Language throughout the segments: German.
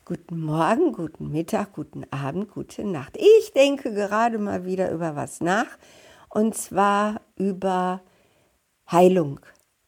Guten Morgen, guten Mittag, guten Abend, gute Nacht. Ich denke gerade mal wieder über was nach, und zwar über Heilung.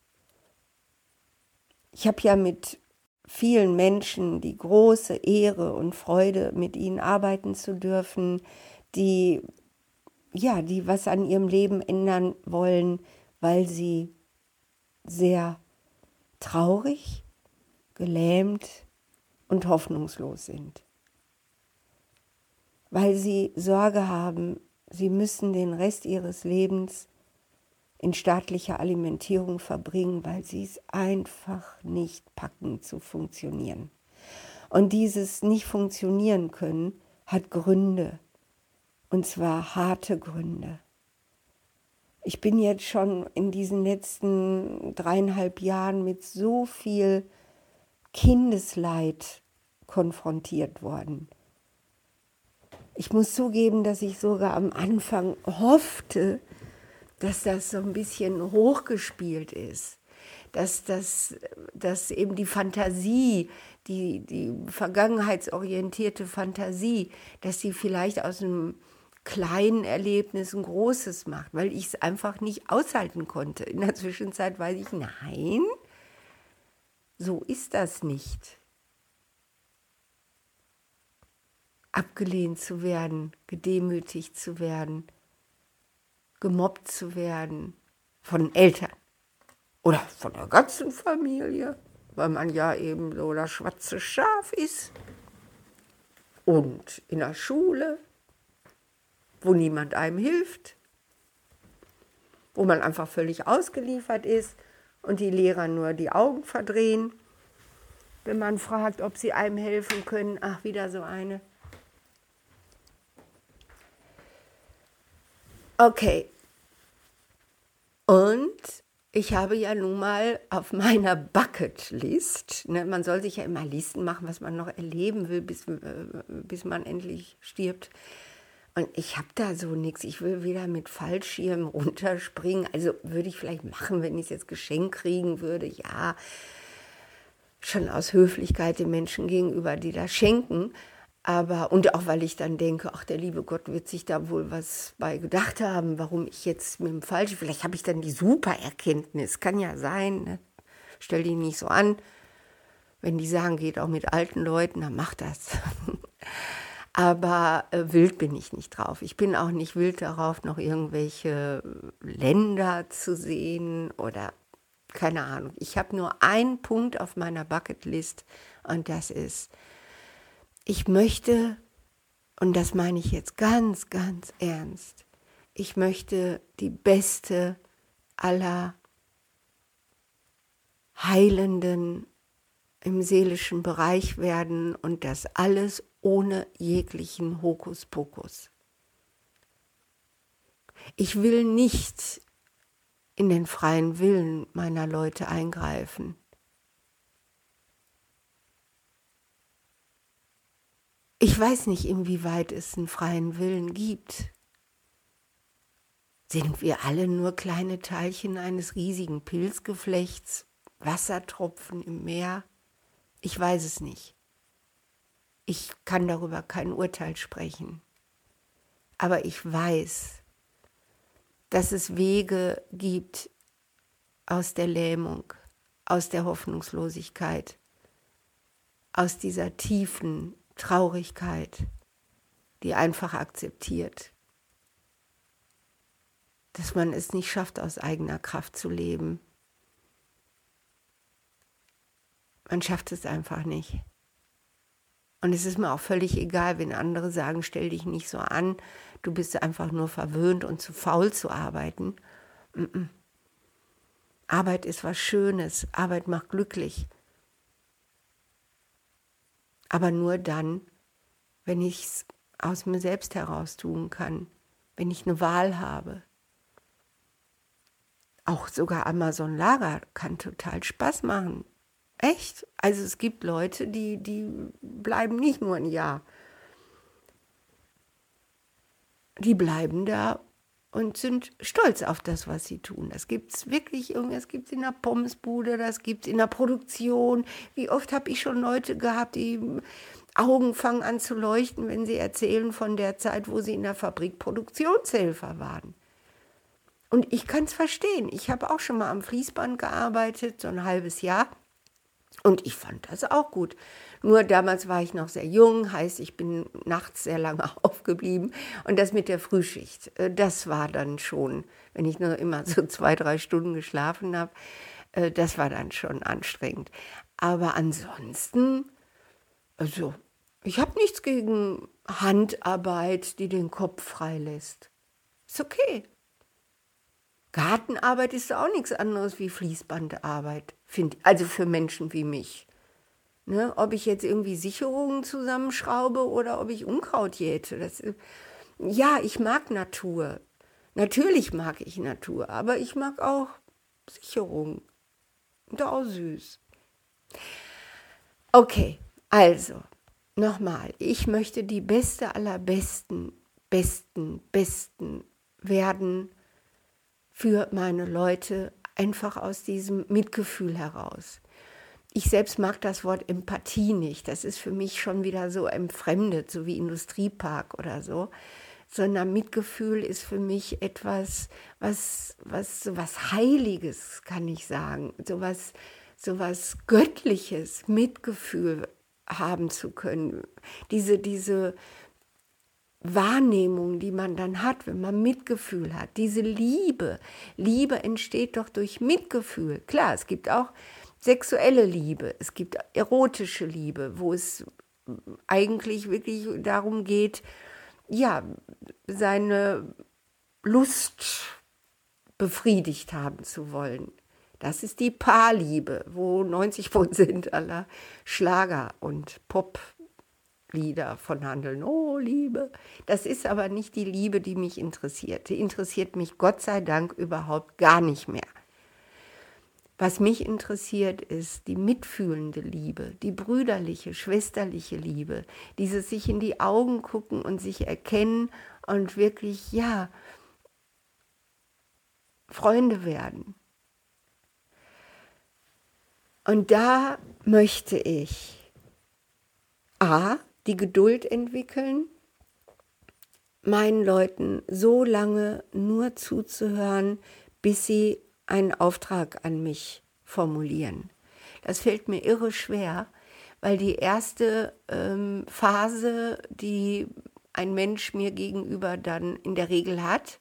Ich habe ja mit vielen Menschen die große Ehre und Freude, mit ihnen arbeiten zu dürfen, die was an ihrem Leben ändern wollen, weil sie sehr traurig, gelähmt und hoffnungslos sind. Weil sie Sorge haben, sie müssen den Rest ihres Lebens in staatlicher Alimentierung verbringen, weil sie es einfach nicht packen zu funktionieren. Und dieses nicht funktionieren können hat Gründe, und zwar harte Gründe. Ich bin jetzt schon in diesen letzten 3,5 Jahren mit so viel Kindesleid konfrontiert worden. Ich muss zugeben, dass ich sogar am Anfang hoffte, dass das so ein bisschen hochgespielt ist, dass eben die Fantasie, die vergangenheitsorientierte Fantasie, dass sie vielleicht aus einem kleinen Erlebnis ein großes macht, weil ich es einfach nicht aushalten konnte. In der Zwischenzeit weiß ich, nein, so ist das nicht. Abgelehnt zu werden, gedemütigt zu werden, gemobbt zu werden von Eltern oder von der ganzen Familie, weil man ja eben so das schwarze Schaf ist. Und in der Schule, wo niemand einem hilft, wo man einfach völlig ausgeliefert ist und die Lehrer nur die Augen verdrehen, wenn man fragt, ob sie einem helfen können. Ach, wieder so eine. Okay, und ich habe ja nun mal auf meiner Bucketlist, ne, man soll sich ja immer Listen machen, was man noch erleben will, bis man endlich stirbt. Und ich habe da so nichts. Ich will wieder mit Fallschirm runterspringen. Also würde ich vielleicht machen, wenn ich es jetzt geschenkt kriegen würde. Ja, schon aus Höflichkeit den Menschen gegenüber, die das schenken. Aber, und auch weil ich dann denke, ach, der liebe Gott wird sich da wohl was bei gedacht haben, warum ich jetzt mit dem Falschen, vielleicht habe ich dann die Supererkenntnis, kann ja sein, ne? Stell dich nicht so an, wenn die sagen, geht auch mit alten Leuten, dann mach das. Aber wild bin ich nicht drauf. Ich bin auch nicht wild darauf, noch irgendwelche Länder zu sehen oder keine Ahnung. Ich habe nur einen Punkt auf meiner Bucketlist, und das ist, ich möchte, und das meine ich jetzt ganz, ganz ernst, ich möchte die beste aller Heilenden im seelischen Bereich werden, und das alles ohne jeglichen Hokuspokus. Ich will nicht in den freien Willen meiner Leute eingreifen. Ich weiß nicht, inwieweit es einen freien Willen gibt. Sind wir alle nur kleine Teilchen eines riesigen Pilzgeflechts, Wassertropfen im Meer? Ich weiß es nicht. Ich kann darüber kein Urteil sprechen. Aber ich weiß, dass es Wege gibt aus der Lähmung, aus der Hoffnungslosigkeit, aus dieser tiefen Traurigkeit, die einfach akzeptiert, dass man es nicht schafft, aus eigener Kraft zu leben. Man schafft es einfach nicht. Und es ist mir auch völlig egal, wenn andere sagen, stell dich nicht so an, du bist einfach nur verwöhnt und zu faul zu arbeiten. Arbeit ist was Schönes, Arbeit macht glücklich. Aber nur dann, wenn ich es aus mir selbst heraus tun kann, wenn ich eine Wahl habe. Auch sogar Amazon-Lager kann total Spaß machen. Echt? Also es gibt Leute, die bleiben nicht nur ein Jahr. Die bleiben da und sind stolz auf das, was sie tun. Das gibt es wirklich, das gibt es in der Pommesbude, das gibt es in der Produktion. Wie oft habe ich schon Leute gehabt, die Augen fangen an zu leuchten, wenn sie erzählen von der Zeit, wo sie in der Fabrik Produktionshelfer waren. Und ich kann es verstehen. Ich habe auch schon mal am Fließband gearbeitet, so ein halbes Jahr. Und ich fand das auch gut. Nur damals war ich noch sehr jung, heißt, ich bin nachts sehr lange aufgeblieben. Und das mit der Frühschicht, das war dann schon, wenn ich nur immer so 2-3 Stunden geschlafen habe, das war dann schon anstrengend. Aber ansonsten, also, ich habe nichts gegen Handarbeit, die den Kopf freilässt. Ist okay. Gartenarbeit ist auch nichts anderes wie Fließbandarbeit, also für Menschen wie mich. Ne? Ob ich jetzt irgendwie Sicherungen zusammenschraube oder ob ich Unkraut jäte. Ja, ich mag Natur. Natürlich mag ich Natur, aber ich mag auch Sicherungen. Und auch süß. Okay, also, nochmal. Ich möchte die beste aller Besten werden für meine Leute, einfach aus diesem Mitgefühl heraus. Ich selbst mag das Wort Empathie nicht. Das ist für mich schon wieder so entfremdet, so wie Industriepark oder so. Sondern Mitgefühl ist für mich etwas, so was Heiliges, kann ich sagen. So was Göttliches, Mitgefühl haben zu können. Diese Wahrnehmung, die man dann hat, wenn man Mitgefühl hat, diese Liebe. Liebe entsteht doch durch Mitgefühl. Klar, es gibt auch sexuelle Liebe, es gibt erotische Liebe, wo es eigentlich wirklich darum geht, ja, seine Lust befriedigt haben zu wollen. Das ist die Paarliebe, wo 90% aller Schlager und Poplieder von handeln. Oh, Liebe. Das ist aber nicht die Liebe, die mich interessiert. Die interessiert mich Gott sei Dank überhaupt gar nicht mehr. Was mich interessiert, ist die mitfühlende Liebe, die brüderliche, schwesterliche Liebe, dieses sich in die Augen gucken und sich erkennen und wirklich, ja, Freunde werden. Und da möchte ich die Geduld entwickeln, meinen Leuten so lange nur zuzuhören, bis sie einen Auftrag an mich formulieren. Das fällt mir irre schwer, weil die erste Phase, die ein Mensch mir gegenüber dann in der Regel hat,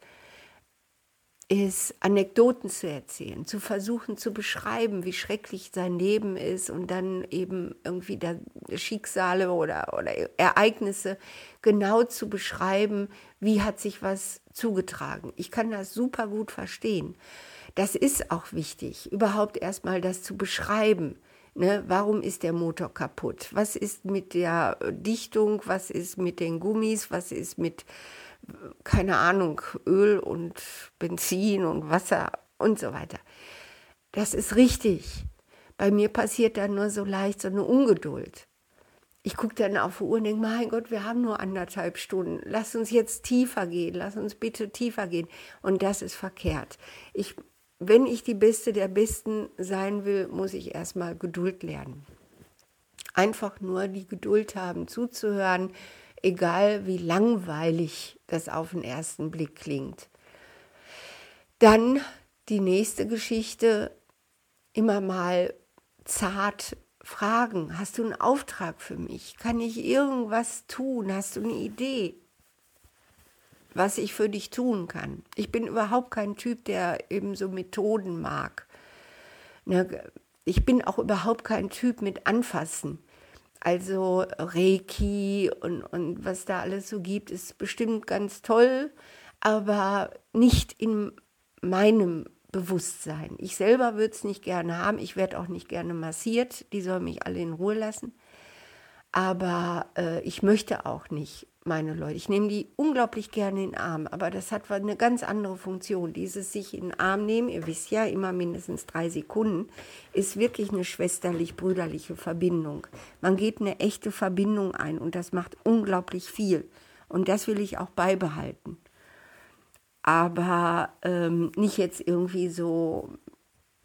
ist Anekdoten zu erzählen, zu versuchen zu beschreiben, wie schrecklich sein Leben ist und dann eben irgendwie Schicksale oder Ereignisse genau zu beschreiben, wie hat sich was zugetragen. Ich kann das super gut verstehen. Das ist auch wichtig, überhaupt erstmal das zu beschreiben. Ne? Warum ist der Motor kaputt? Was ist mit der Dichtung? Was ist mit den Gummis? Was ist mit, keine Ahnung, Öl und Benzin und Wasser und so weiter? Das ist richtig. Bei mir passiert dann nur so leicht so eine Ungeduld. Ich gucke dann auf die Uhr und denke, mein Gott, wir haben nur 1,5 Stunden. Lass uns jetzt tiefer gehen. Lass uns bitte tiefer gehen. Und das ist verkehrt. Wenn ich die Beste der Besten sein will, muss ich erstmal Geduld lernen. Einfach nur die Geduld haben, zuzuhören, egal wie langweilig das auf den ersten Blick klingt. Dann die nächste Geschichte, immer mal zart fragen, hast du einen Auftrag für mich? Kann ich irgendwas tun? Hast du eine Idee, was ich für dich tun kann? Ich bin überhaupt kein Typ, der eben so Methoden mag. Ich bin auch überhaupt kein Typ mit Anfassen. Also Reiki und was da alles so gibt, ist bestimmt ganz toll, aber nicht in meinem Bewusstsein. Ich selber würde es nicht gerne haben, ich werde auch nicht gerne massiert, die sollen mich alle in Ruhe lassen. Aber ich möchte auch nicht meine Leute. Ich nehme die unglaublich gerne in den Arm, aber das hat eine ganz andere Funktion. Dieses sich in den Arm nehmen, ihr wisst ja, immer mindestens 3 Sekunden, ist wirklich eine schwesterlich-brüderliche Verbindung. Man geht eine echte Verbindung ein und das macht unglaublich viel. Und das will ich auch beibehalten. Aber nicht jetzt irgendwie so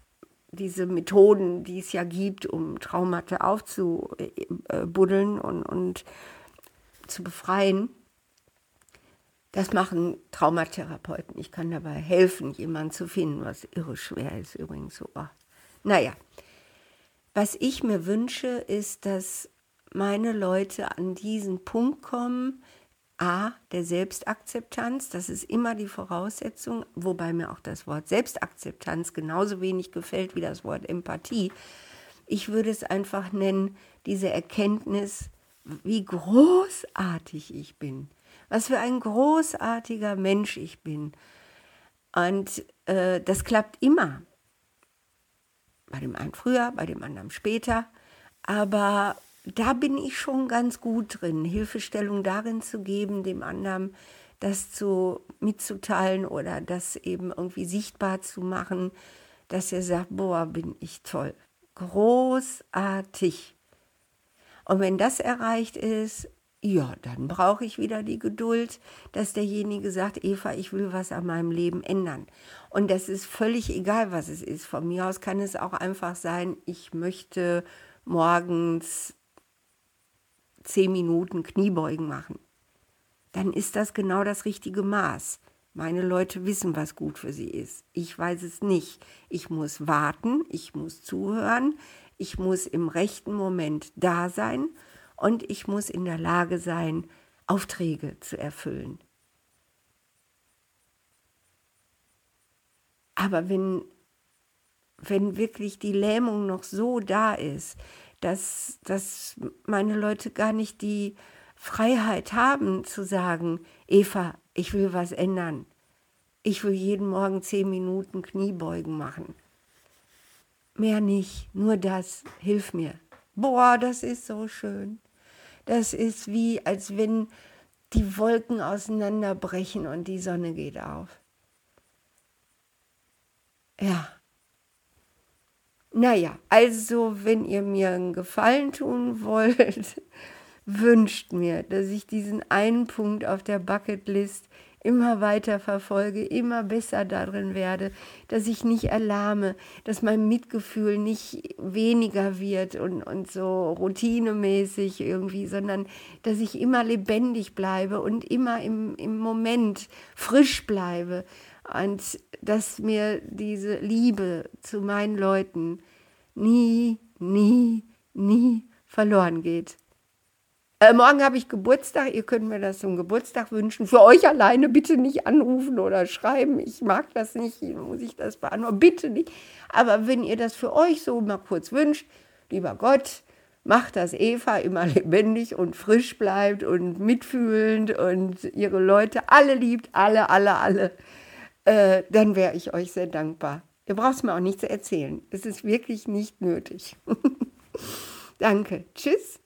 diese Methoden, die es ja gibt, um Traumata aufzubuddeln und zu befreien, das machen Traumatherapeuten. Ich kann dabei helfen, jemanden zu finden, was irre schwer ist übrigens so. Naja, was ich mir wünsche, ist, dass meine Leute an diesen Punkt kommen, der Selbstakzeptanz, das ist immer die Voraussetzung, wobei mir auch das Wort Selbstakzeptanz genauso wenig gefällt wie das Wort Empathie. Ich würde es einfach nennen, diese Erkenntnis, wie großartig ich bin, was für ein großartiger Mensch ich bin. Und das klappt immer. Bei dem einen früher, bei dem anderen später, aber da bin ich schon ganz gut drin, Hilfestellung darin zu geben, dem anderen das mitzuteilen oder das eben irgendwie sichtbar zu machen, dass er sagt, boah, bin ich toll, großartig. Und wenn das erreicht ist, ja, dann brauche ich wieder die Geduld, dass derjenige sagt, Eva, ich will was an meinem Leben ändern. Und das ist völlig egal, was es ist. Von mir aus kann es auch einfach sein, ich möchte morgens 10 Minuten Kniebeugen machen. Dann ist das genau das richtige Maß. Meine Leute wissen, was gut für sie ist. Ich weiß es nicht. Ich muss warten, ich muss zuhören, ich muss im rechten Moment da sein und ich muss in der Lage sein, Aufträge zu erfüllen. Aber wenn wirklich die Lähmung noch so da ist, dass meine Leute gar nicht die Freiheit haben zu sagen, Eva, ich will was ändern. Ich will jeden Morgen 10 Minuten Kniebeugen machen. Mehr nicht, nur das, hilf mir. Boah, das ist so schön. Das ist wie, als wenn die Wolken auseinanderbrechen und die Sonne geht auf. Ja. Naja, also wenn ihr mir einen Gefallen tun wollt, wünscht mir, dass ich diesen einen Punkt auf der Bucketlist immer weiter verfolge, immer besser darin werde, dass ich nicht erlahme, dass mein Mitgefühl nicht weniger wird und so routinemäßig irgendwie, sondern dass ich immer lebendig bleibe und immer im Moment frisch bleibe und dass mir diese Liebe zu meinen Leuten nie verloren geht. Morgen habe ich Geburtstag, ihr könnt mir das zum Geburtstag wünschen. Für euch alleine bitte nicht anrufen oder schreiben. Ich mag das nicht, muss ich das beantworten. Bitte nicht. Aber wenn ihr das für euch so mal kurz wünscht, lieber Gott, macht, dass Eva immer lebendig und frisch bleibt und mitfühlend und ihre Leute alle liebt, alle, dann wäre ich euch sehr dankbar. Ihr braucht es mir auch nicht zu erzählen. Es ist wirklich nicht nötig. Danke. Tschüss.